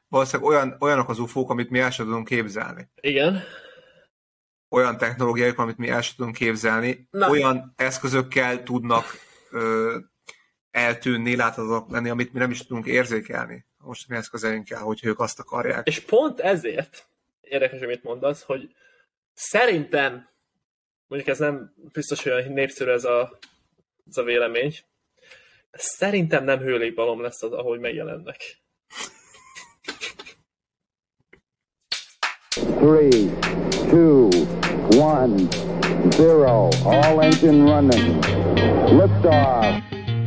valószínűleg olyanok az UFO-k, amit mi el sem tudunk képzelni. Igen. Olyan technológiák, amit mi el sem tudunk képzelni. Na. Olyan eszközökkel tudnak eltűnni, láthatóak lenni, amit mi nem is tudunk érzékelni a mostani eszközeinkkel, hogyha ők azt akarják. És pont ezért érdekes, amit mondasz, hogy szerintem, mondjuk ez nem biztos, hogy olyan népszerű ez a vélemény, de szerintem nem hőlékbalom lesz az, ahogy megjelennek. 3, 2, 1, 0. All engine running. Liftoff.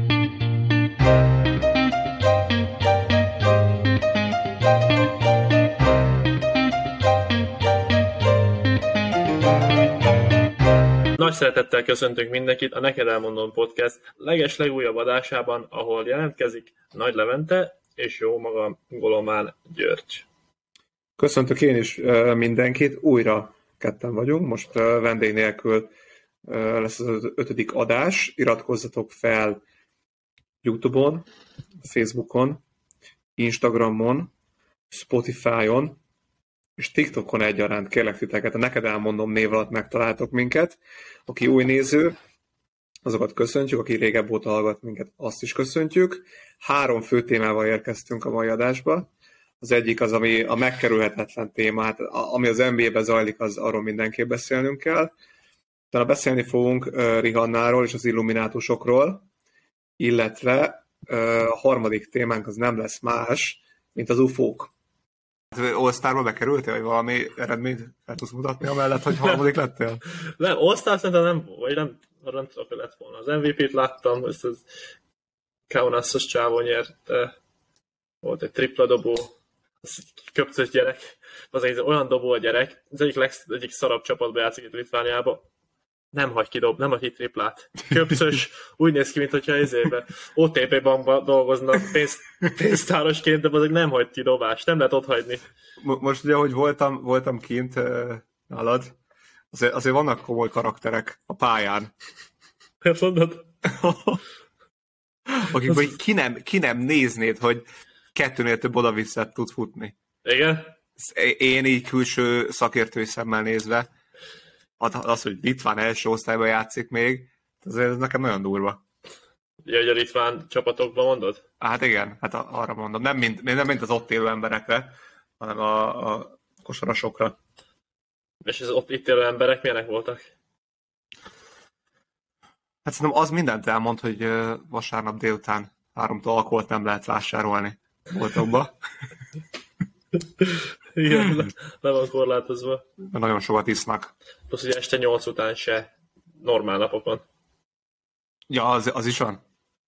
Nagy szeretettel köszöntünk mindenkit a Neked Elmondom Podcast legújabb adásában, ahol jelentkezik Nagy Levente és jó magam Golomán György. Köszöntök én is mindenkit, újra ketten vagyunk, most vendég nélkül lesz az 5. adás, iratkozzatok fel YouTube-on, Facebookon, Instagramon, Spotify-on, és TikTokon egyaránt, kérlek titeket, a Neked Elmondom név alatt megtaláltok minket. Aki új néző, azokat köszöntjük, aki régebb óta hallgat minket, azt is köszöntjük. 3 fő témával érkeztünk a mai adásba. Az egyik az, ami a megkerülhetetlen téma, hát, ami az NBA-ben zajlik, az arról mindenképp beszélnünk kell. Utána beszélni fogunk Rihannáról és az illuminátusokról, illetve a harmadik témánk az nem lesz más, mint az UFO-k. All-Starba bekerültél, vagy valami eredményt el tudsz mutatni amellett, hogy harmadik lettél? Nem, All-Star szerintem nem tudok, hogy lett volna. Az MVP-t láttam, ezt az Kaunasos csávó nyert, volt egy tripla dobó, az köpcös gyerek, az egy olyan dobó a gyerek, az egyik szarabb csapatba játszik itt Litvániába. Nem hagy ki triplát. Köpcös, úgy néz ki, mintha ezébe OTP bankban dolgoznak pénztárosként, de azok nem hagy ki dobást, nem lehet otthagyni. Most ugye, hogy voltam kint nálad, azért vannak komoly karakterek a pályán. Ezt mondod? Akikből ki nem néznéd, hogy 2-nél több oda-vissza tud futni. Igen? Én így külső szakértői szemmel nézve, az, hogy Litván első osztályban játszik még, azért ez nekem nagyon durva. Ja, hogy a litván csapatokban mondod? Hát igen, hát arra mondom. Nem mint az ott élő emberekre, hanem a kosarasokra. És az ott itt élő emberek milyenek voltak? Hát szerintem az mindent elmond, hogy vasárnap délután 3-tól alkoholt nem lehet vásárolni boltokba. Igen, le van korlátozva. Mert nagyon sokat isznak. Plusz ugye este 8 után se, normál napokon. Ja, az is van.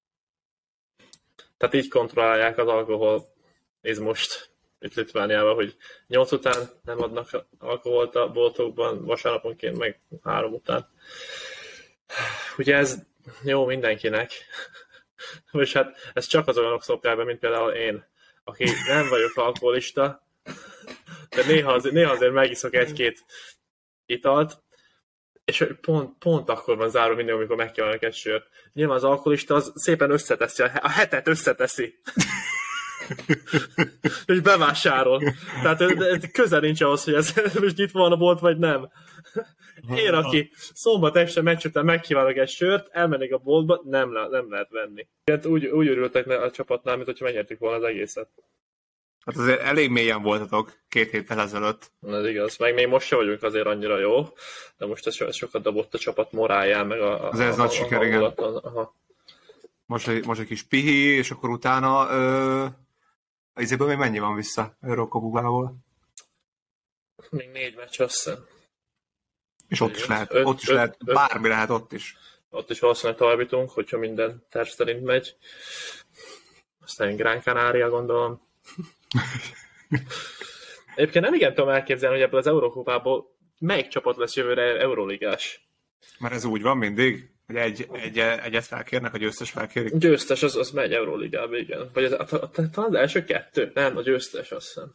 Tehát így kontrollálják az alkoholizmust itt Litvániában, hogy 8 után nem adnak alkoholt a boltokban, vasárnaponként meg 3 után. Ugye ez jó mindenkinek. És hát ez csak az olyanok szokták be, mint például én, aki nem vagyok alkoholista, de néha azért megiszok 1-2 italt, és pont akkor van záró mindig, amikor megkívánok egy sört. Nyilván az alkoholista az szépen összeteszi, a hetet összeteszi. És bevásárol. Tehát közel nincs ahhoz, hogy ez most itt van a bolt, vagy nem. Én, aki szombat este meccs után megkívánok egy sört, elmennék a boltba, nem lehet venni. Hát úgy örültek a csapatnál, mint hogyha megnyertük volna az egészet. Hát azért elég mélyen voltatok 2 héttel ezelőtt. Ez igaz, meg még most se vagyunk azért annyira jó, de most ez sokat dobott a csapat morálján, meg ez nagy siker, igen. Aha. Most egy kis pihi, és akkor utána az évben még mennyi van vissza Eurokobubából? Még 4 meccs, azt hiszem. És ott is lehet, bármi lehet ott is. Ott is valószínűleg tovább jutunk, hogyha minden terv szerint megy. Aztán Gran Canaria, gondolom. Egyébként nem igen tudom elképzelni, hogy ebből az Eurókupából melyik csapat lesz jövőre euróligás. Mert ez úgy van mindig, hogy egyet felkérnek, a győztes felkérik. A győztes az megy euróligába, igen. Vagy talán az első 2? Nem, a győztes, azt hiszem.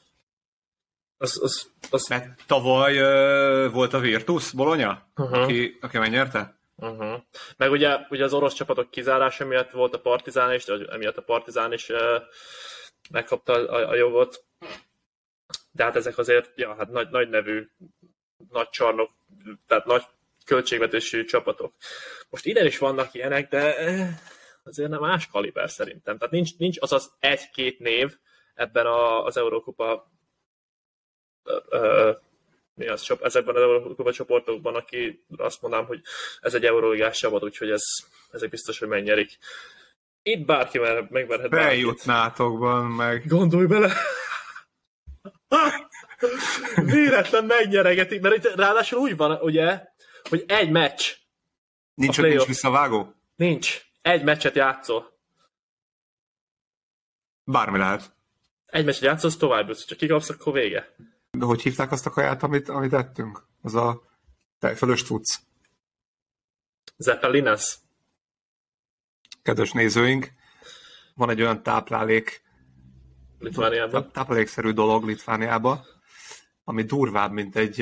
Mert tavaly volt a Virtus Bologna, aki megnyerte? Meg ugye az orosz csapatok kizárása miatt volt a Partizán is, emiatt a Partizán is megkapta a jogot. de hát ezek azért hát nagy nevű, nagy csarnok, tehát nagy költségvetésű csapatok. Most ide is vannak ilyenek, de azért nem más kaliber szerintem. Tehát nincs az egy-két név ebben az Eurókupa ezekben az Eurókupa csoportokban, aki azt mondanám, hogy ez egy euróligás csapat, úgyhogy ezek biztos, hogy megnyerik. Itt bárki megverhet bárkit. Bejutnátokban meg. Gondolj bele! Véletlen megnyeregetik, mert itt ráadásul úgy van, ugye, hogy egy meccs. Nincs visszavágó? Nincs. Egy meccset játszol. Bármi lehet. Egy meccset játszol, tovább jutsz, csak kikapsz, akkor vége. De hogy hívták azt a kaját, amit ettünk? Az a tejfölös tudsz. Zeppelinas. Kedves nézőink, van egy olyan Litvániában. táplálékszerű dolog Litvániában, ami durvább, mint egy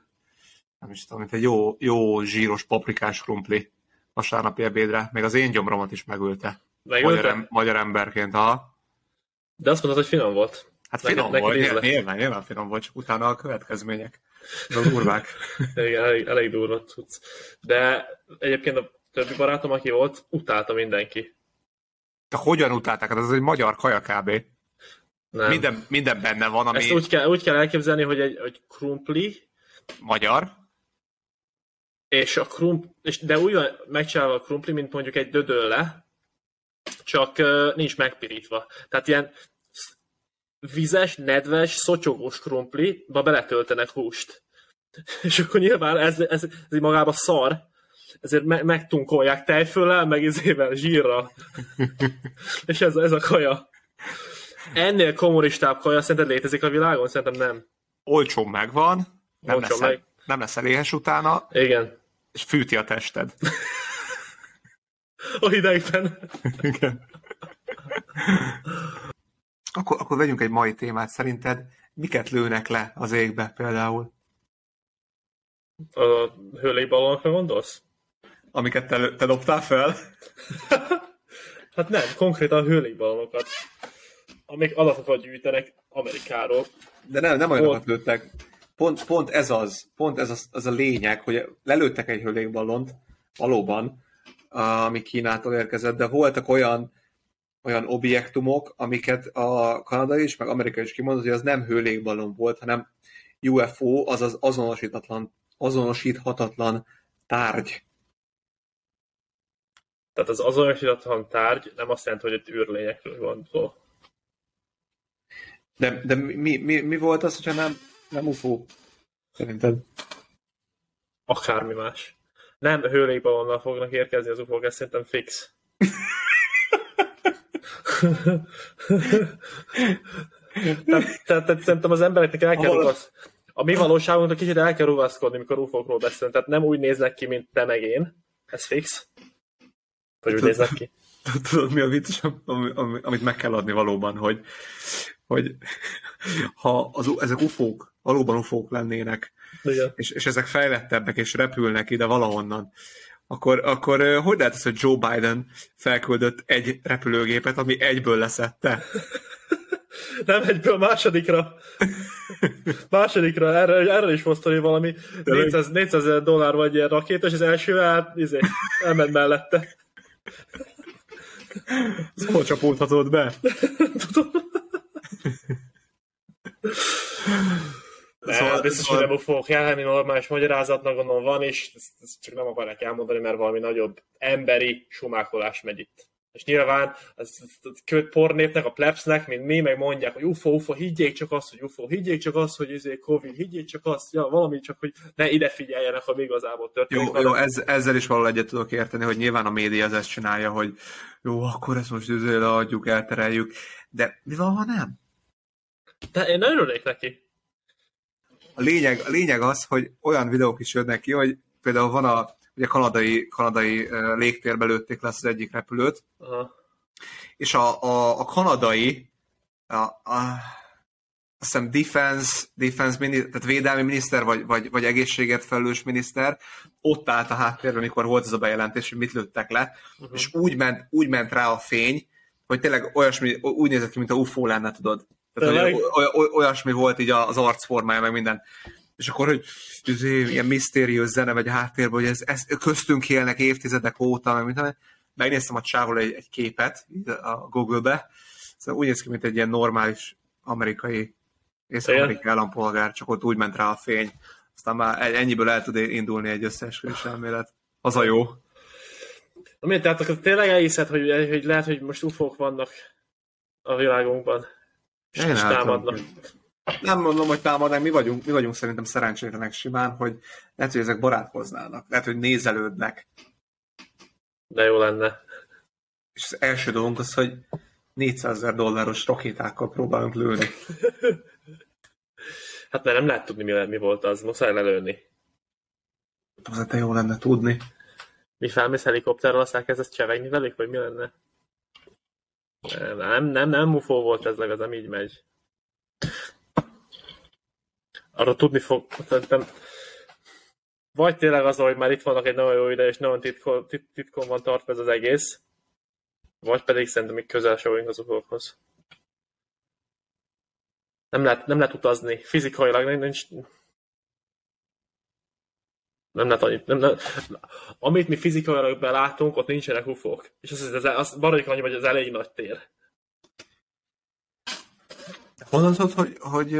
jó zsíros paprikás krumpli vasárnapi ebédre. Még az én gyomromat is megölte. Magyar emberként, ha. De azt mondod, hogy finom volt. Hát finom volt, nyilván finom volt, csak utána a következmények. Az durvák. Igen, elég durva tudsz. De egyébként a többi barátom, aki volt, utálta mindenki. De hogyan utálták? Hát ez egy magyar kaja kb. Minden benne van, ami... Ezt úgy kell elképzelni, hogy egy krumpli... Magyar. És de úgy van megcsinálva a krumpli, mint mondjuk egy dödölle, csak nincs megpirítva. Tehát ilyen vizes, nedves, szotyogós krumpliba beletöltenek húst. És akkor nyilván ez magában szar, ezért megtunkolják tejföllel, meg izével, zsírral. És ez a kaja. Ennél kommunistább kaja szerinted létezik a világon? Szerintem nem. Olcsón megvan, nem leszel éhes utána. Igen. És fűti a tested. A hidegben. Igen. Akkor vegyünk egy mai témát. Szerinted miket lőnek le az égbe például? A hőlégballonokra gondolsz? Amiket te dobtál fel? Hát nem, konkrétan hőlégbalonokat. Amik adatokat gyűjtenek Amerikáról. De nem olyanokat lőttek. Pont ez az a lényeg, hogy lelőttek egy hőlégballont, valóban, ami Kínától érkezett, de voltak olyan objektumok, amiket a Kanada is, meg Amerika is kimondott, hogy az nem hőlégballon volt, hanem UFO, azaz azonosíthatatlan tárgy. Tehát az azonosíthatatlan tárgy nem azt jelenti, hogy egy űrlényekről van szó. De mi volt az, hogyha nem UFO? Szerinted? Akármi más. Nem hőlégballonnal fognak érkezni az UFO-k, ez szerintem fix. tehát szerintem az embereknek el kell rugaszkodni. A mi valóságunknak kicsit el kell rugaszkodni, mikor UFO-król beszélünk. Tehát nem úgy néznek ki, mint te meg én. Ez fix. Vagy úgy néznek ki. Tudod, mi a vicc, amit meg kell adni valóban, hogy ha ezek UFO-k, valóban UFO-k lennének, és ezek fejlettebbek, és repülnek ide valahonnan, akkor hogy lehet az, hogy Joe Biden felküldött egy repülőgépet, ami egyből leszette? Nem egyből, másodikra. Erről is mozdulni valami $400,000 vagy ilyen rakéta, és az első elment mellette. Hol csapódhatod be? Tudom. Biztos, hogy nem fogok jelenni normális magyarázatnak, gondolom van, és ezt csak nem akarják elmondani, mert valami nagyobb emberi sumákolás megy itt. És nyilván a pornépnek, a plebsnek, mint mi, meg mondják, hogy UFO, higgyék csak azt, hogy UFO, higgyék csak azt, hogy Covid, higgyék csak azt, valami csak, hogy ne ide figyeljenek, ha igazából történik. Jó, ezzel is valahol egyet tudok érteni, hogy nyilván a média ezt csinálja, hogy jó, akkor ezt most leadjuk, eltereljük, de mi van, ha nem? De én nagyon örülnék neki. A lényeg az, hogy olyan videók is jönnek ki, hogy például van ugye kanadai légtérbe lőtték le az egyik repülőt, és a kanadai azt hiszem defense tehát védelmi miniszter, vagy egészségért felelős miniszter, ott állt a háttérben, amikor volt ez a bejelentés, hogy mit lőttek le, és úgy ment rá a fény, hogy tényleg olyasmi, úgy nézett ki, mint a UFO lenne, tudod. Tehát, hogy olyasmi volt így az arcformája, meg minden. És akkor, hogy ilyen misztériós zene megy a háttérben, hogy ez köztünk élnek évtizedek óta, meg minden. Megnéztem a csávról egy képet a Google-be, szóval úgy néz ki, mint egy ilyen normális amerikai, észak-amerikai állampolgár, csak ott úgy ment rá a fény. Aztán már ennyiből el tud indulni egy összeesküvés elmélet. Az a jó. Miért? Tehát akkor tényleg elhiszed, hogy lehet, hogy most ufók vannak a világunkban, és támadnak. Nem mondom, hogy támadnak, mi vagyunk szerintem szerencsétlenek simán, hogy lehet, hogy ezek barátkoznának, lehet, hogy nézelődnek. De jó lenne. És az első dolgunk az, hogy $400,000 rakétákkal próbálunk lőni. Hát mert nem lehet tudni, mi volt az, muszáj lelőni. Az de jó lenne tudni. Mi felmész helikopterrel, aztán kezdesz csevegni velük, vagy mi lenne? Nem UFO volt ez, legalább nem így megy. Arra tudni fog... Vagy tényleg az, hogy már itt vannak egy nagyon jó ide, és nagyon titkon van tartva ez az egész, vagy pedig szerintem még közel se vagyunk az UFO-khoz. Nem lehet utazni. Fizikailag nincs... Nem lehet annyit. Amit mi fizikailag belátunk, ott nincsenek UFO-k. És az maradjuk annyi, hogy az elég nagy tér. Honnan tudod, hogy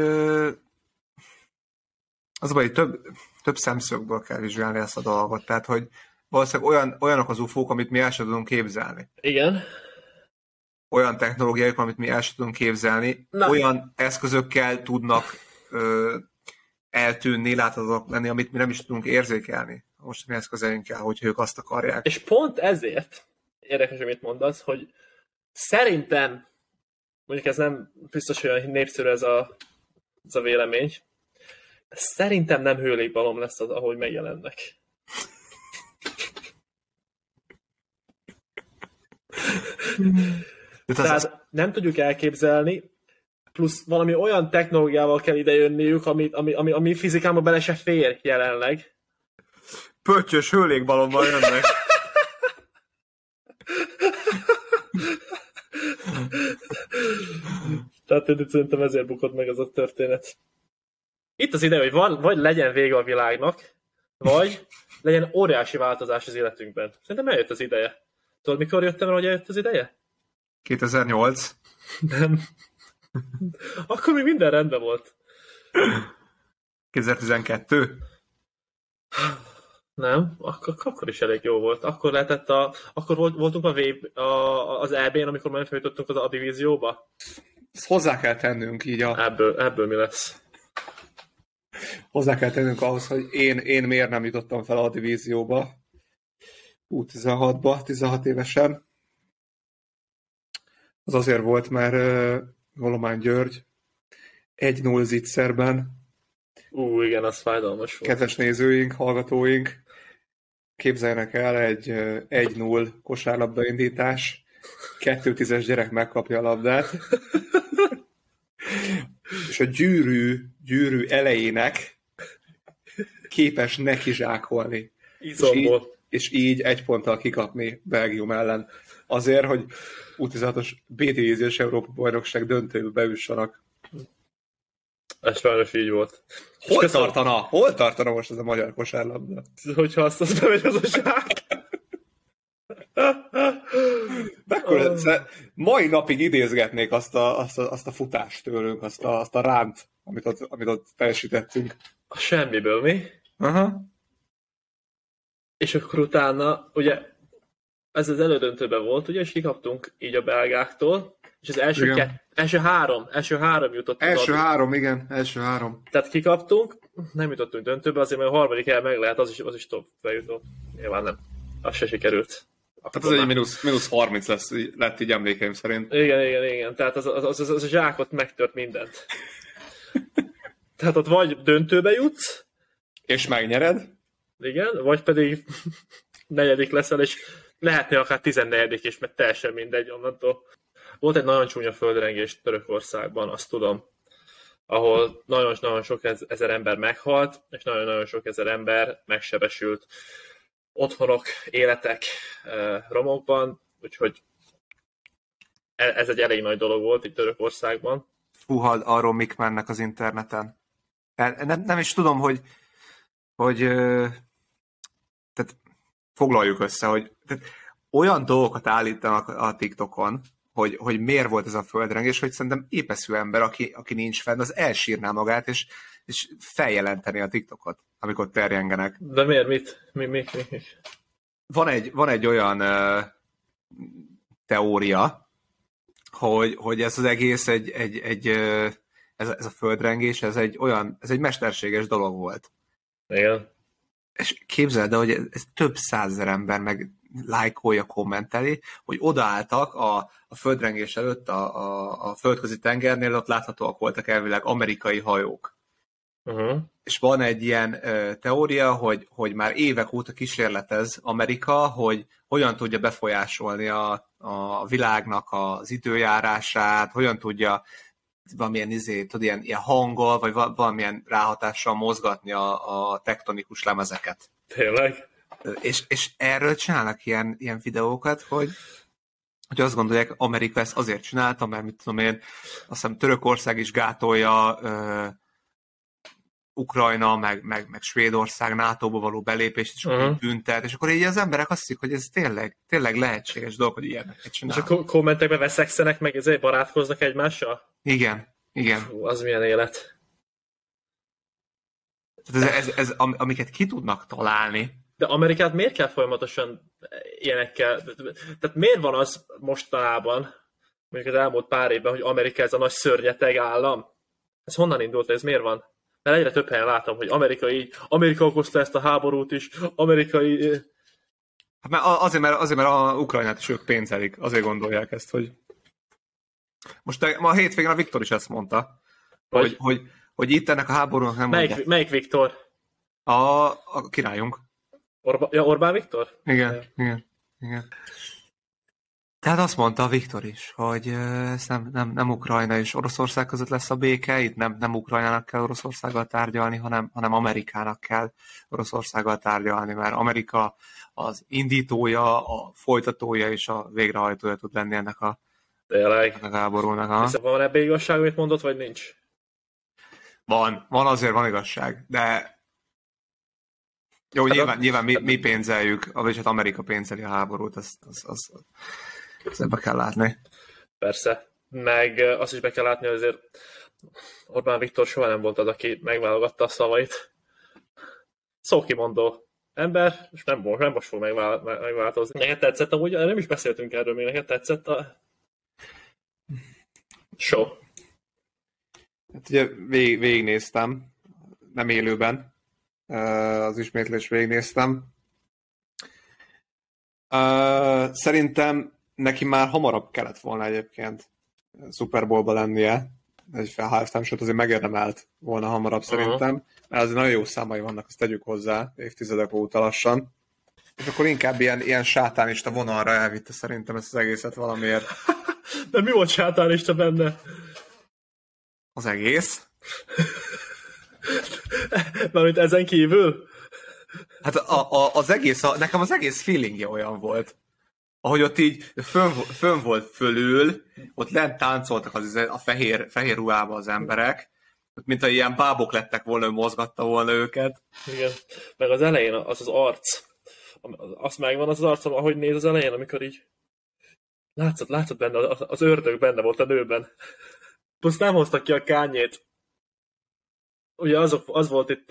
az a baj, több szemszögből kell vizsgálni ezt a dolgot. Tehát, hogy valószínűleg olyanok az UFO-k, amit mi el sem tudunk képzelni. Igen. Olyan technológiájuk, amit mi el sem tudunk képzelni. Olyan eszközökkel tudnak eltűnni, láthatóak lenni, amit mi nem is tudunk érzékelni. Most mi eszközeinkkel, hogyha ők azt akarják. És pont ezért érdekes, amit mondasz, hogy szerintem, mondjuk ez nem biztos, hogy olyan népszerű ez a vélemény, de szerintem nem hőlékbalom lesz az, ahogy megjelennek. Tehát nem tudjuk elképzelni, plusz valami olyan technológiával kell idejönniük, ami fizikába bele se fér jelenleg. Pöttyös hőlékbalommal jönnek. Tehát szerintem ezért bukott meg az a történet. Itt az ide, hogy vagy legyen vége a világnak, vagy legyen óriási változás az életünkben. Szerintem eljött az ideje. Tudod, mikor jöttem rá, hogy eljött az ideje? 2008. Nem. Akkor még minden rendben volt. 2012? Nem, akkor is elég jó volt. Akkor lehetett akkor voltunk az EB-n, amikor már feljutottunk az A-divízióba. Ezt hozzá kell tennünk így Ebből mi lesz? Hozzá kell tennünk ahhoz, hogy én miért nem jutottam fel A-divízióba. 16-ba, 16 évesen. Az azért volt, mert Golomán György 1-0 zicserben. Igen, az fájdalmas volt. Kedves nézőink, hallgatóink, képzeljenek el egy 1-0 kosárlabdaindítás, 2-10-es gyerek megkapja a labdát, és a gyűrű elejének képes neki zsákolni. És így 1 ponttal kikapni Belgium ellen. Azért, hogy U16-os B-divíziós Európa-bajnokság döntőbe bejussanak. Ez sajnos így volt. Hol tartana most ez a magyar kosárlabda? Hogyha azt bemegy az a zsák. Mai napig idézgetnék azt a futást tőlünk, azt a ránt, amit ott teljesítettünk. A semmiből, mi? Aha. És akkor utána, ugye, ez az elődöntőben volt, ugye, és kikaptunk így a belgáktól, és az első három jutott. Első három. Tehát kikaptunk, nem jutottunk döntőbe, azért mert a harmadik el meg lehet, az is top bejutott. Nyilván nem. Az se sikerült. Tehát az egy mínusz 30 lett így emlékeim szerint. Igen. Tehát az a zsákot megtört mindent. Tehát ott vagy döntőbe jutsz. És megnyered. Igen, vagy pedig negyedik leszel, és lehetne akár 14. is, mert teljesen mindegy onnantól. Volt egy nagyon csúnya földrengés Törökországban, azt tudom, ahol nagyon-nagyon sok ezer ember meghalt, és nagyon-nagyon sok ezer ember megsebesült. Otthonok, életek romokban, úgyhogy ez egy elég nagy dolog volt itt Törökországban. Fúha, arról mik mennek az interneten. Nem is tudom, hogy tehát foglaljuk össze, hogy tehát olyan dolgokat állítanak a TikTokon, hogy miért volt ez a földrengés, hogy szerintem épeszű ember, aki nincs fenn, az elsírná magát, és feljelenteni a TikTokot, amikor terjengenek. De miért? Mi? Van egy olyan teória, hogy ez az egész ez a földrengés, ez egy mesterséges dolog volt. Igen. És képzeld el, hogy ez több százezer ember meg lájkolja, kommenteli, hogy odaálltak a földrengés előtt a földközi tengernél, ott láthatóak voltak elvileg amerikai hajók. Uh-huh. És van egy ilyen teória, hogy már évek óta kísérletez Amerika, hogy hogyan tudja befolyásolni a világnak az időjárását, hogyan tudja valamilyen ilyen hanggal, vagy valamilyen ráhatással mozgatni a tektonikus lemezeket. Tényleg? És erről csinálnak ilyen videókat, hogy azt gondolják, Amerika ezt azért csinálta, mert mit tudom én, azt hiszem Törökország is gátolja Ukrajna, meg Svédország NATO-ba való belépést, és akkor büntet, és akkor így az emberek azt hiszik, hogy ez tényleg lehetséges dolog, hogy ilyeneket csinálnak. És a kommentekben veszekszenek, meg ezért barátkoznak egymással? Igen. Hú, az milyen élet. Ez amiket ki tudnak találni. De Amerikát miért kell folyamatosan ilyenekkel? Tehát miért van az mostanában, mondjuk az elmúlt pár évben, hogy Amerika ez a nagy szörnyeteg állam? Ez honnan indult, ez miért van? Mert egyre több helyen látom, hogy Amerika okozta ezt a háborút is, amerikai... Hát azért, mert a Ukrajnát is ők pénzelik, azért gondolják ezt, hogy... Most ma a hétvégén a Viktor is ezt mondta, hogy itt ennek a háborúnak nem mondják. Melyik Viktor? A királyunk. Orbán Viktor? Igen. Tehát azt mondta a Viktor is, hogy ez nem Ukrajna és Oroszország között lesz a béke, itt nem Ukrajnának kell Oroszországgal tárgyalni, hanem Amerikának kell Oroszországgal tárgyalni, mert Amerika az indítója, a folytatója és a végrehajtója tud lenni ennek a háborúnak. Van ebbe igazság, amit mondott, vagy nincs? Van igazság, de jó, nyilván mi pénzeljük, vagyis hát Amerika pénzeli a háborút, azt ebbe kell látni. Persze, meg azt is be kell látni, hogy azért Orbán Viktor soha nem volt az, aki megválogatta a szavait. Szókimondó ember, és nem most fog megváltozni. Neked tetszett, amúgy nem is beszéltünk erről még, neked tetszett a show? Hát ugye végignéztem, nem élőben, az ismétlés végignéztem. Szerintem neki már hamarabb kellett volna egyébként Super Bowl-ba lennie, egy halftime shot azért megérdemelt volna hamarabb szerintem, mert azért nagyon jó számai vannak, azt tegyük hozzá, évtizedek óta lassan. És akkor inkább ilyen sátánista vonalra elvitte szerintem ezt az egészet valamiért. De mi volt sátánista benne? Az egész? Mármint ezen kívül? Hát az egész, nekem az egész feelingje olyan volt. Ahogy ott így fönn volt fölül, ott lent táncoltak a fehér ruhában az emberek, mint a ilyen bábok lettek volna, ő mozgatta volna őket. Igen, meg az elején az arc. Azt megvan az arcom, ahogy néz az elején, amikor így látszott benne, az ördög benne volt a nőben. Plusz nem hoztak ki a Kányét. Ugye az volt itt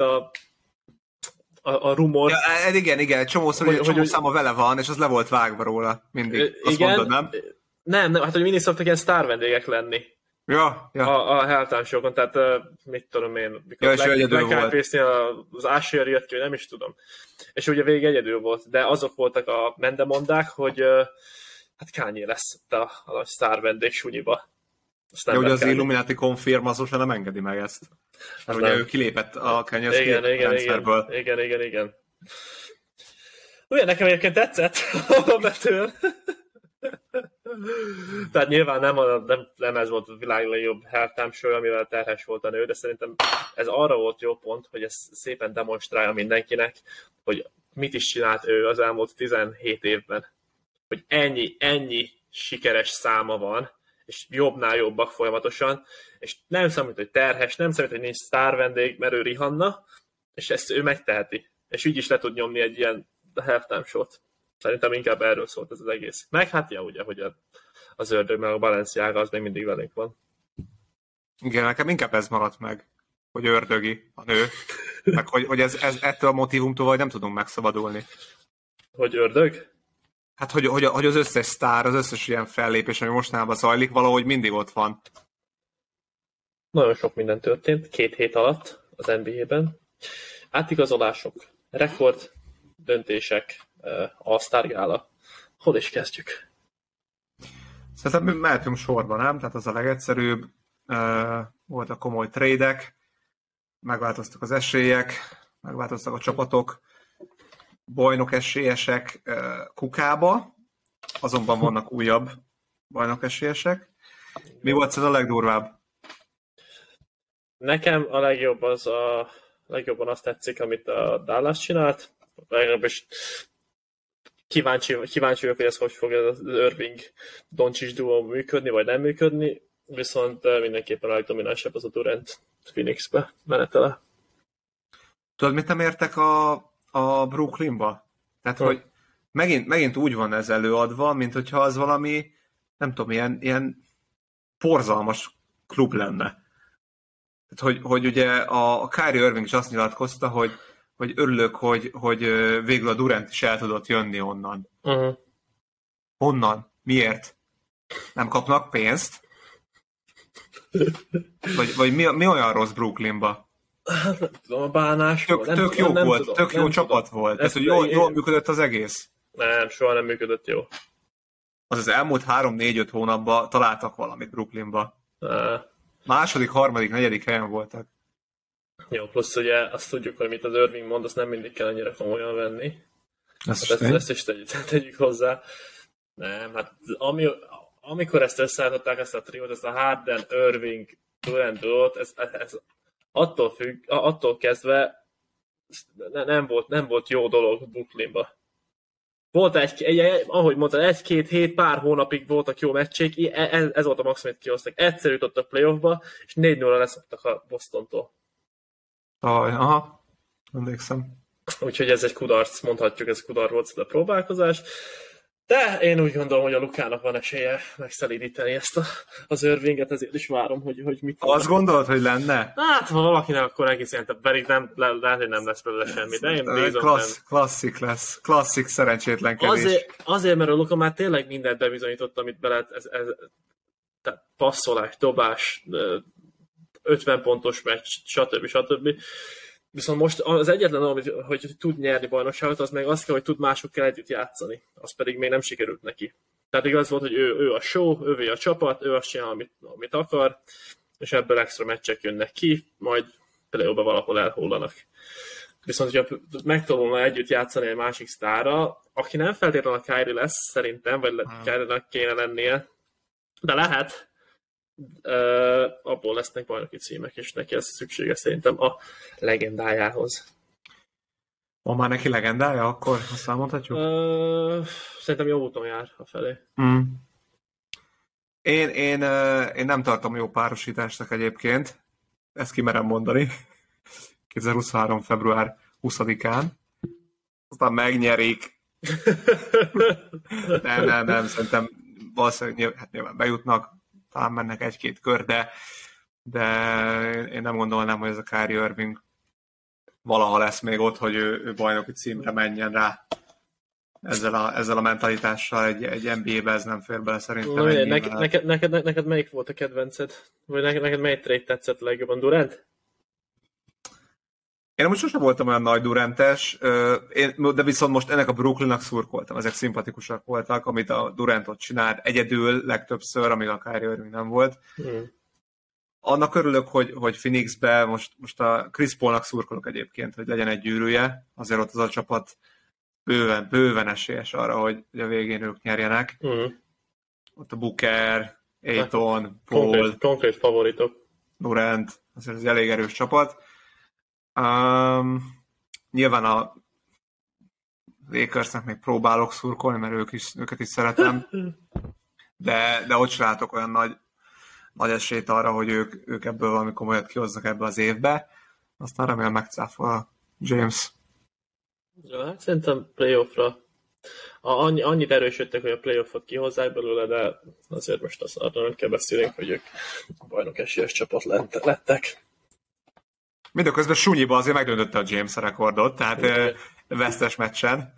a rumor. Ja, igen, egy csomó száma vele van, és az le volt vágva róla mindig. Azt igen, mondod, nem? Nem, hát hogy mindig szoktak ilyen sztár vendégek lenni. Ja. A halftime show-on, tehát mit tudom én, mikor Black az Usher jött ki, nem is tudom. És ugye végig egyedül volt, de azok voltak a mendemondák, hogy hát Kanye lesz a nagy sztár vendég sunyiba. Ja, ugye az Illuminati konfirm az most nem engedi meg ezt. Mert ugye ő kilépett a Kanye rendszerből. Igen. Ugye nekem egyébként tetszett alapvetően. Tehát nyilván nem ez volt a világ legjobb halftime show, amivel terhes volt a nő, de szerintem ez arra volt jó pont, hogy ez szépen demonstrálja mindenkinek, hogy mit is csinált ő az elmúlt 17 évben. Hogy ennyi sikeres száma van, és jobbnál jobbak folyamatosan, és nem számít, hogy terhes, nem számít, hogy nincs sztár vendég, mert ő Rihanna, és ezt ő megteheti. És így is le tud nyomni egy ilyen halftime showt. Szerintem inkább erről szólt ez az egész. Meg hát ja, ugye, hogy az ördög, meg a Balenciaga az még mindig velünk van. Igen, nekem inkább ez maradt meg, hogy ördögi a nő, meg hogy ez ettől a motívumtól vagy nem tudunk megszabadulni. Hogy ördög? Hát, hogy az összes sztár, az összes ilyen fellépés, ami mostanában zajlik, valahogy mindig ott van. Nagyon sok minden történt 2 hét alatt az NBA-ben. Átigazolások, rekord döntések, All-Star gála. Hol is kezdjük? Szerintem mehetünk sorban, nem? Tehát az a legegyszerűbb. Voltak komoly trédek, megváltoztak az esélyek, megváltoztak a csapatok, bajnok esélyesek kukába, azonban vannak újabb bajnok esélyesek. Mi volt ez a legdurvább? Nekem a legjobban azt tetszik, amit a Dallas csinált. Legalábbis kíváncsi vagyok, hogy ez hogy fog az Irving Doncic duo működni, vagy nem működni, viszont mindenképpen a legdominánsabb az a Durant Phoenixbe menetele. Tudod, mit nem értek a Brooklynba? Tehát, hogy megint úgy van ez előadva, mint hogyha az valami, nem tudom, ilyen porzalmas klub lenne. Tehát, hogy ugye a Kyrie Irving is azt nyilatkozta, hogy örülök, hogy végül a Durant is el tudott jönni onnan. Uh-huh. Honnan? Miért? Nem kapnak pénzt? Vagy mi olyan rossz Brooklynba? Nem tudom, a bánás tök jó volt, tök jó csapat volt. Ez, hogy jól működött az egész. Nem, soha nem működött jó. Az elmúlt 3-4-5 hónapban találtak valamit Brooklynba. Második, harmadik, negyedik helyen voltak. Jó, plusz ugye azt tudjuk, hogy mit az Irving mond, azt nem mindig kell annyira komolyan venni. Ezt is tegyük hozzá. Nem, hát amikor ezt összeállították, ezt a triót, ezt a Harden, Irving, Durant duót, ez attól kezdve nem volt jó dolog Brooklynba. Volt ahogy mondtad, 1-2 hét, pár hónapig voltak jó meccsék, ez volt a maximum, amit kihoztak. Egyszer jutottak playoffba, és 4-0-ra leszoktak a Bostontól. Aha, emlékszem. Úgyhogy ez egy kudarc, mondhatjuk, ez kudarc volt ez a próbálkozás. De én úgy gondolom, hogy a Lukának van esélye megszelídíteni ezt az Irvinget, ezért is várom, hogy mit... Azt gondolod, hogy lenne? Hát, ha valakinek, akkor egész jelentett, pedig lehet, hogy nem lesz belőle semmi, de én bízom klasszik lesz, klasszik szerencsétlenkedés. Azért, mert a Luka már tényleg mindent bebizonyított, amit be lehet, tehát passzolás, dobás, 50 pontos meccs, stb. Viszont most az egyetlen, hogy tud nyerni bajnokságot, az meg az kell, hogy tud másokkal együtt játszani. Az pedig még nem sikerült neki. Tehát igaz volt, hogy ő a show, ővé a csapat, ő azt csinál, amit akar, és ebből extra meccsek jönnek ki, majd például valahol elhullanak. Viszont, hogyha megtanulna együtt játszani egy másik sztárra, aki nem feltétlenül a Kyrie lesz, szerintem, vagy Kyrie-nak kéne lennie, de lehet, abból lesznek bajnoki címek, és neki ez szüksége szerintem a legendájához. Van már neki legendája, akkor azt elmondhatjuk? Szerintem jó úton jár a felé. Én nem tartom jó párosításnak egyébként, ezt kimerem mondani. 2023. február 20-án. Aztán megnyerik. Nem, szerintem valószínűleg nyilván bejutnak, talán mennek 1-2 kör, de én nem gondolnám, hogy ez a Kyrie Irving valaha lesz még ott, hogy ő bajnoki címre menjen rá. Ezzel a mentalitással egy NBA-be ez nem fér bele szerintem. Neked melyik volt a kedvenced? Vagy neked melyik trade tetszett legjobban? Durant? Én most sosem voltam olyan nagy Durantes, de viszont most ennek a Brooklynnak szurkoltam. Ezek szimpatikusak voltak, amit a Durantot csinált egyedül legtöbbször, amíg a Kyrie Irving nem volt. Annak örülök, hogy Phoenixbe most a Chris Paulnak szurkolok egyébként, hogy legyen egy gyűrűje. Azért ott az a csapat bőven esélyes arra, hogy a végén ők nyerjenek. Ott a Booker, Ayton, Paul, konkrét favoritok. Durant, azért ez egy elég erős csapat. Nyilván a Lakersnek még próbálok szurkolni, mert őket is szeretem. de ott sem látok olyan nagy esélyt arra, hogy ők ebből valami komolyat kihoznak ebbe az évbe. Aztán remélem megcáfol a James. Ja, hát szerintem playoffra annyit erősödtek, hogy a playoffot kihozzák belőle, de azért most arra nem kell beszélni, hogy ők bajnok esélyes csapat lettek. Mindeközben Sunyiba azért megdöntötte a James a rekordot, tehát vesztes meccsen.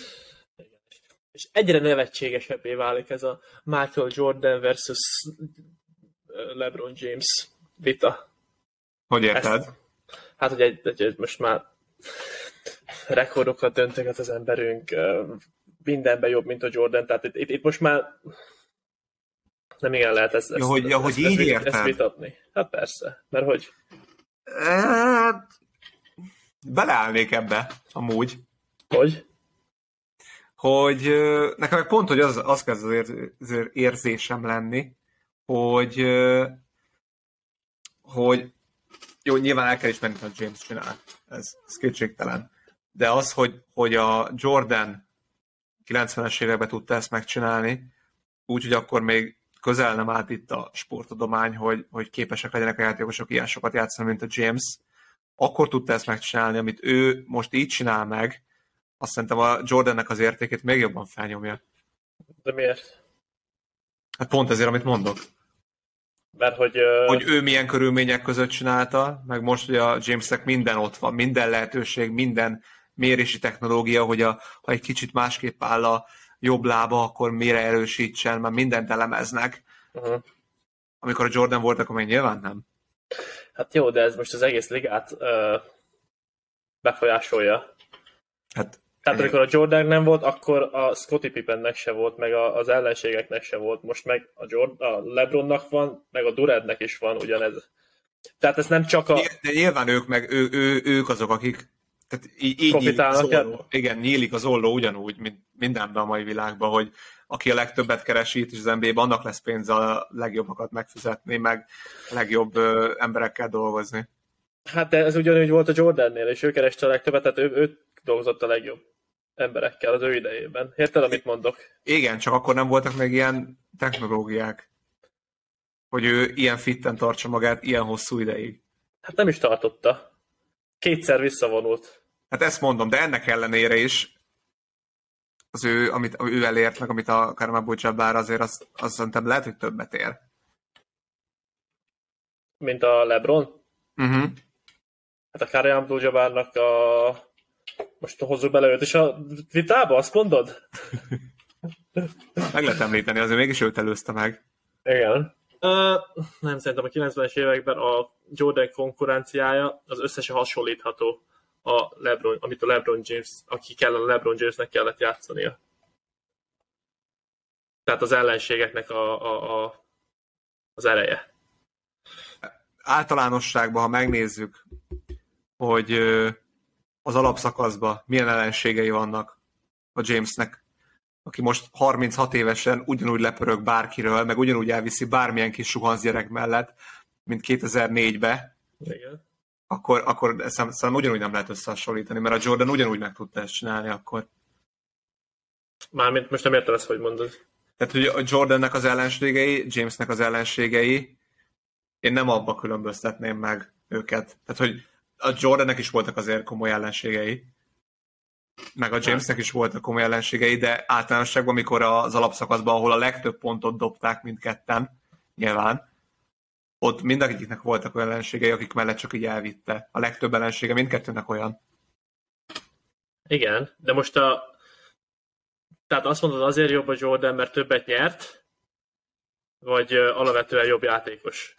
És egyre nevetségesebbé válik ez a Michael Jordan versus LeBron James vita. Hogy érted? Hát, hogy egy most már rekordokat döntöget az emberünk, mindenben jobb, mint a Jordan, tehát itt most már nem igen lehet ezt vitatni. Hát persze, mert hogy... Beleállnék ebbe, amúgy. Hogy? Hogy nekem meg pont, hogy az kezd az érzésem lenni, hogy jó, nyilván el kell ismerni, hogy James csinál. Ez kétségtelen. De az, hogy a Jordan 90-es években tudta ezt megcsinálni, úgyhogy akkor még közel nem állt itt a sportudomány, hogy képesek legyenek a játékosok ilyen sokat játszani, mint a James. Akkor tudta ezt megcsinálni, amit ő most így csinál meg, azt szerintem a Jordannek az értékét még jobban felnyomja. De miért? Hát pont ezért, amit mondok. Mert hogy ő milyen körülmények között csinálta, meg most, hogy a Jamesnek minden ott van, minden lehetőség, minden mérési technológia, hogy ha egy kicsit másképp áll a jobb lába, akkor mire erősítsen, már mindent elemeznek. Uh-huh. Amikor a Jordan volt, akkor még nyilván nem. Hát jó, de ez most az egész ligát befolyásolja. Hát, tehát amikor a Jordan nem volt, akkor a Scottie Pippennek se volt, meg az ellenségeknek se volt. Most meg a LeBronnak van, meg a Durantnek is van ugyanez. Tehát ez nem csak a... De nyilván ők azok, akik tehát így profitálnak. Igen, nyílik az olló ugyanúgy, mint mindenben a mai világban, hogy aki a legtöbbet keresi itt is az NBA-ban, annak lesz pénze a legjobbakat megfizetni, meg a legjobb emberekkel dolgozni. Hát de ez ugyanúgy volt a Jordannél, és ő kereste a legtöbbet, tehát ő dolgozott a legjobb emberekkel az ő idejében. Érted, amit mondok? Igen, csak akkor nem voltak meg ilyen technológiák, hogy ő ilyen fitten tartsa magát ilyen hosszú ideig. Hát nem is tartotta. 2-szer visszavonult. Hát ezt mondom, de ennek ellenére is az amit ő elért, meg amit a Kareem Abdul-Jabbar azért azt szerintem lehet, hogy többet ér. Mint a LeBron? Uh-huh. Hát a Kareem Abdul-Jabbarnak most hozzuk bele őt is a vitába, azt mondod? Meg lehet említeni, azért mégis őt előzte meg. Igen. Nem, szerintem a 90-es években a Jordan konkurenciája az összesen hasonlítható a LeBron, amit a LeBron James, aki kellene LeBron Jamesnek kellett játszania. Tehát az ellenségeknek az ereje. Általánosságban, ha megnézzük, hogy az alapszakaszban milyen ellenségei vannak a Jamesnek, aki most 36 évesen ugyanúgy lepörög bárkiről, meg ugyanúgy elviszi bármilyen kis suhanc gyerek mellett, mint 2004-ben, igen. Akkor szerintem ugyanúgy nem lehet összehasonlítani, mert a Jordan ugyanúgy meg tudta ezt csinálni akkor. Mármint most nem értem ezt, hogy mondod. Tehát, hogy a Jordannek az ellenségei, Jamesnek az ellenségei, én nem abba különböztetném meg őket. Tehát, hogy a Jordannek is voltak azért komoly ellenségei, meg a Jamesnek is voltak komoly ellenségei, de általánosságban, amikor az alapszakaszban, ahol a legtöbb pontot dobták mindketten, nyilván, ott mindegyiknek voltak olyan ellenségei, akik mellett csak így elvitte. A legtöbb ellensége mindkettőnek olyan. Igen, de most tehát azt mondod, azért jobb a Jordan, mert többet nyert, vagy alapvetően jobb játékos?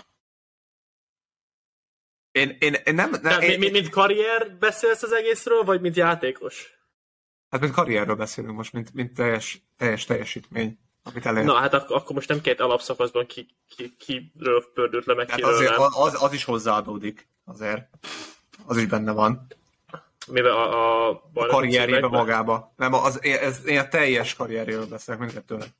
Én nem... Tehát mint karrier beszélsz az egészről, vagy mint játékos? Hát mint karrierről beszélünk most, mint teljes teljesítmény, amit elért. Na, hát akkor most nem két alapszakaszban kiről pördült le, meg kiről azért nem. Az is hozzáadódik, azért. Az is benne van. Mivel a karrierjében magába. Nem, én a teljes karrierjéről beszélek, mindkettőnek.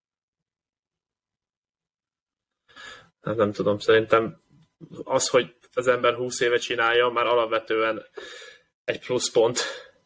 Hát nem tudom, szerintem az, hogy az ember 20 éve csinálja, már alapvetően egy pluszpont.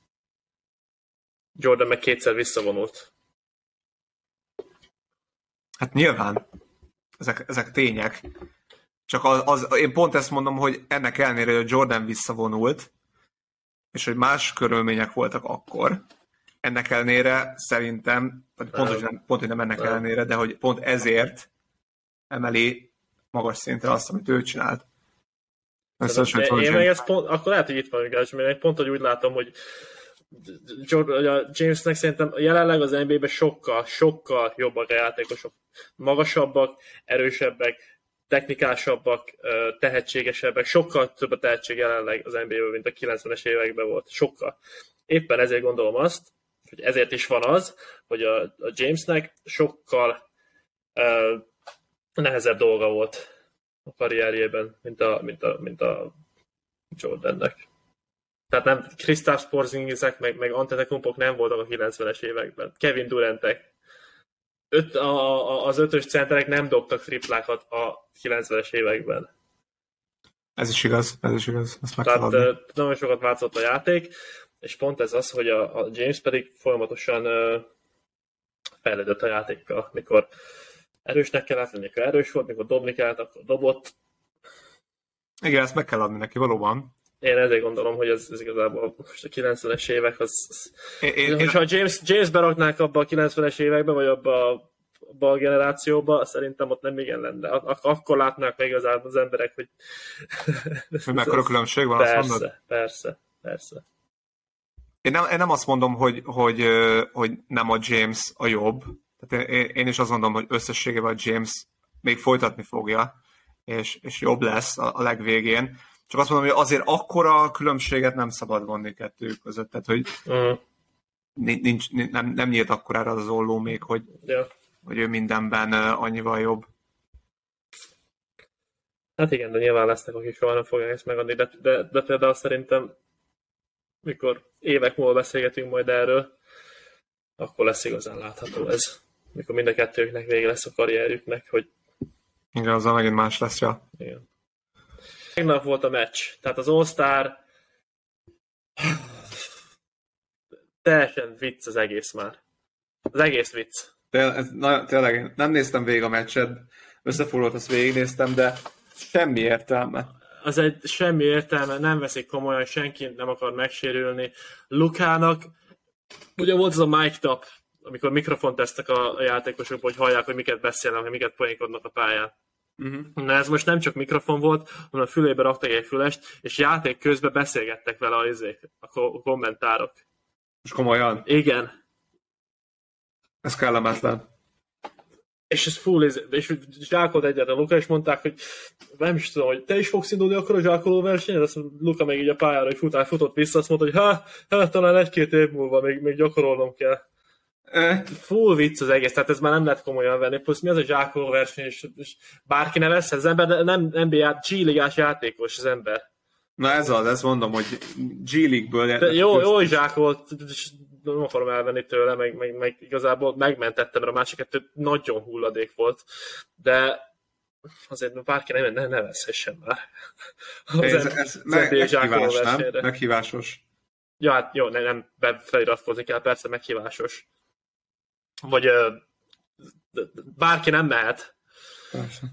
Jordan meg 2-szer visszavonult. Hát nyilván, ezek tények. Csak én pont ezt mondom, hogy ennek ellenére, hogy Jordan visszavonult, és hogy más körülmények voltak akkor, ennek ellenére szerintem, pont, hogy nem ennek ellenére, de hogy pont ezért emeli magas szintre azt, amit ő csinált. Én meg ezt pont, akkor lehet, hogy itt van, mert én pont, hogy úgy látom, hogy Jamesnek szerintem jelenleg az NBA-ben sokkal jobbak a játékosok. Magasabbak, erősebbek, technikásabbak, tehetségesebbek, sokkal több a tehetség jelenleg az NBA-ben, mint a 90-es években volt. Sokkal. Éppen ezért gondolom azt, hogy ezért is van az, hogy a Jamesnek sokkal nehezebb dolga volt a karrierjében, mint a Jordannek. Tehát nem Kristaps Porzingizek, meg Antetokounmpok nem voltak a 90-es években. Kevin Durantek. Az ötös centerek nem dobtak triplákat a 90-es években. Ez is igaz. Ezt meg Tehát nagyon sokat változott a játék, és pont ez az, hogy a James pedig folyamatosan fejlődött a játékkal. Mikor erősnek kellett lenni, akkor erős volt, mikor dobni kellett, akkor dobott. Igen, ezt meg kell adni neki, valóban. Én ezért gondolom, hogy ez igazából most a 90-es évek, ha James beraknák abba a 90-es évekbe, vagy abba a generációba, szerintem ott nem igen lenne. Akkor látnák meg igazából az emberek, hogy... Hogy mekkora különbség van, persze, azt mondod? Persze. Én nem azt mondom, hogy nem a James a jobb. Tehát én is azt mondom, hogy összességében a James még folytatni fogja, és jobb lesz a legvégén. Csak azt mondom, hogy azért akkora különbséget nem szabad vonni kettőjük között. Tehát, hogy nem nyílt akkorára az olló még, hogy ő mindenben annyival jobb. Hát igen, de nyilván lesznek, akik soha nem fogják ezt megadni, de például szerintem, mikor évek múlva beszélgetünk majd erről, akkor lesz igazán látható ez. Mikor mind a kettőknek vége lesz a karrierjüknek, hogy... Igen, azzal megint más lesz, ja. Igen. Tegnap volt a meccs, tehát az All-Star teljesen vicc az egész már. Az egész vicc. Tényleg, nem néztem végig a meccset, összefoglalót azt végignéztem, de semmi értelme. Az egy semmi értelme, nem veszik komolyan, senki nem akar megsérülni. Lukának, ugye volt az a mic tap, amikor mikrofont tesztek a játékosok, hogy hallják, hogy miket beszélnek, hogy miket poénkodnak a pályán. Na ez most nem csak mikrofon volt, hanem a fülébe raktak egy fülest, és játék közben beszélgettek vele a kommentárok. És komolyan? Igen. Ez kellemetlen. És ez full, és zsákolt egyet a Luka, és mondták, hogy nem is tudom, hogy te is fogsz indulni akkor a zsákoló versenyen? Azt Luka meg így a pályára, hogy futott vissza, azt mondta, hogy talán 1-2 év múlva még gyakorolnom kell. Full vicc az egész, tehát ez már nem lehet komolyan venni. Plusz mi az a zsákoló verseny, és bárki ne vesz, az ember nem NBA G-ligás játékos az ember. Na ezt mondom, hogy G-League-ből... Jó zsákolt, és nem akarom elvenni tőle, meg igazából megmentettem, mert a másik kettő nagyon hulladék volt, de azért bárki ne veszhessen már. Ez meghívás, nem? Meghívásos. Ja, hát jó, nem feliratkozni kell, persze meghívásos. Vagy bárki nem mehet. Persze.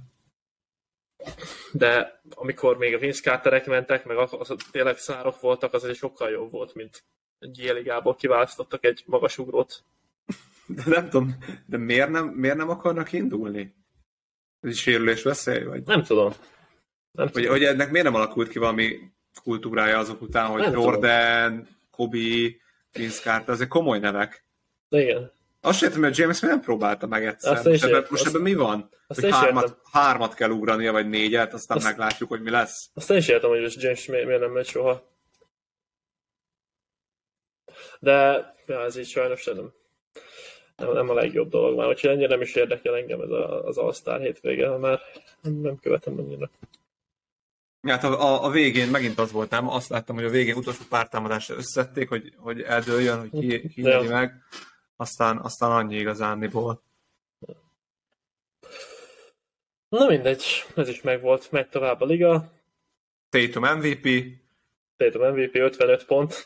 De amikor még a Vince Carterek mentek, meg az tényleg szárok voltak, az egy sokkal jobb volt, mint G-ligából kiválasztottak egy magasugrót. De nem tudom, de miért nem akarnak indulni? Ez is sérülés veszély? Vagy? Nem tudom. Hogy ennek miért nem alakult ki valami kultúrája azok után, hogy nem Jordan, tudom. Kobe, Vince Carter, azért komoly nevek. De igen. Azt értem, hogy James nem próbálta meg egyszer. Most ebben mi van? Hogy hármat kell ugrania, vagy 4-et, aztán meglátjuk, hogy mi lesz. Azt én is értem, hogy James miért nem megy soha. De ez így sajnos nem a legjobb dolog már, úgyhogy ennyire nem is érdekel engem ez az All-Star hétvége, már nem követem annyira. Hát a végén megint az volt, nem? Azt láttam, hogy a végén utolsó pártámadásra összették, hogy eldőljön, hogy ki nyeri meg. Aztán annyi igazániból. Na mindegy, ez is megvolt, megy tovább a liga. Tatum MVP, 55 pont.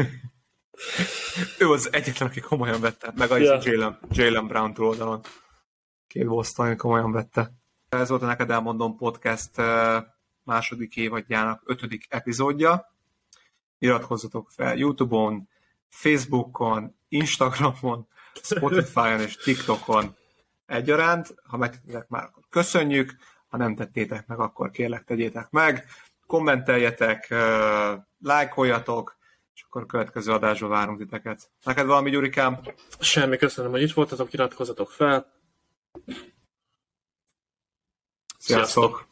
Ő az egyetlen, aki komolyan vette, meg a Jaylen Brown oldalon. Két Boston komolyan vette. Ez volt a Neked Elmondom podcast második évadjának 5. epizódja. Iratkozzatok fel YouTube-on, Facebookon, Instagramon, Spotify-on és TikTokon egyaránt. Ha megtettétek már, akkor köszönjük. Ha nem tettétek meg, akkor kérlek tegyétek meg. Kommenteljetek, lájkoljatok, és akkor a következő adásba várunk titeket. Neked valami, Gyurikám? Semmi, köszönöm, hogy itt voltatok, iratkozzatok fel. Sziasztok!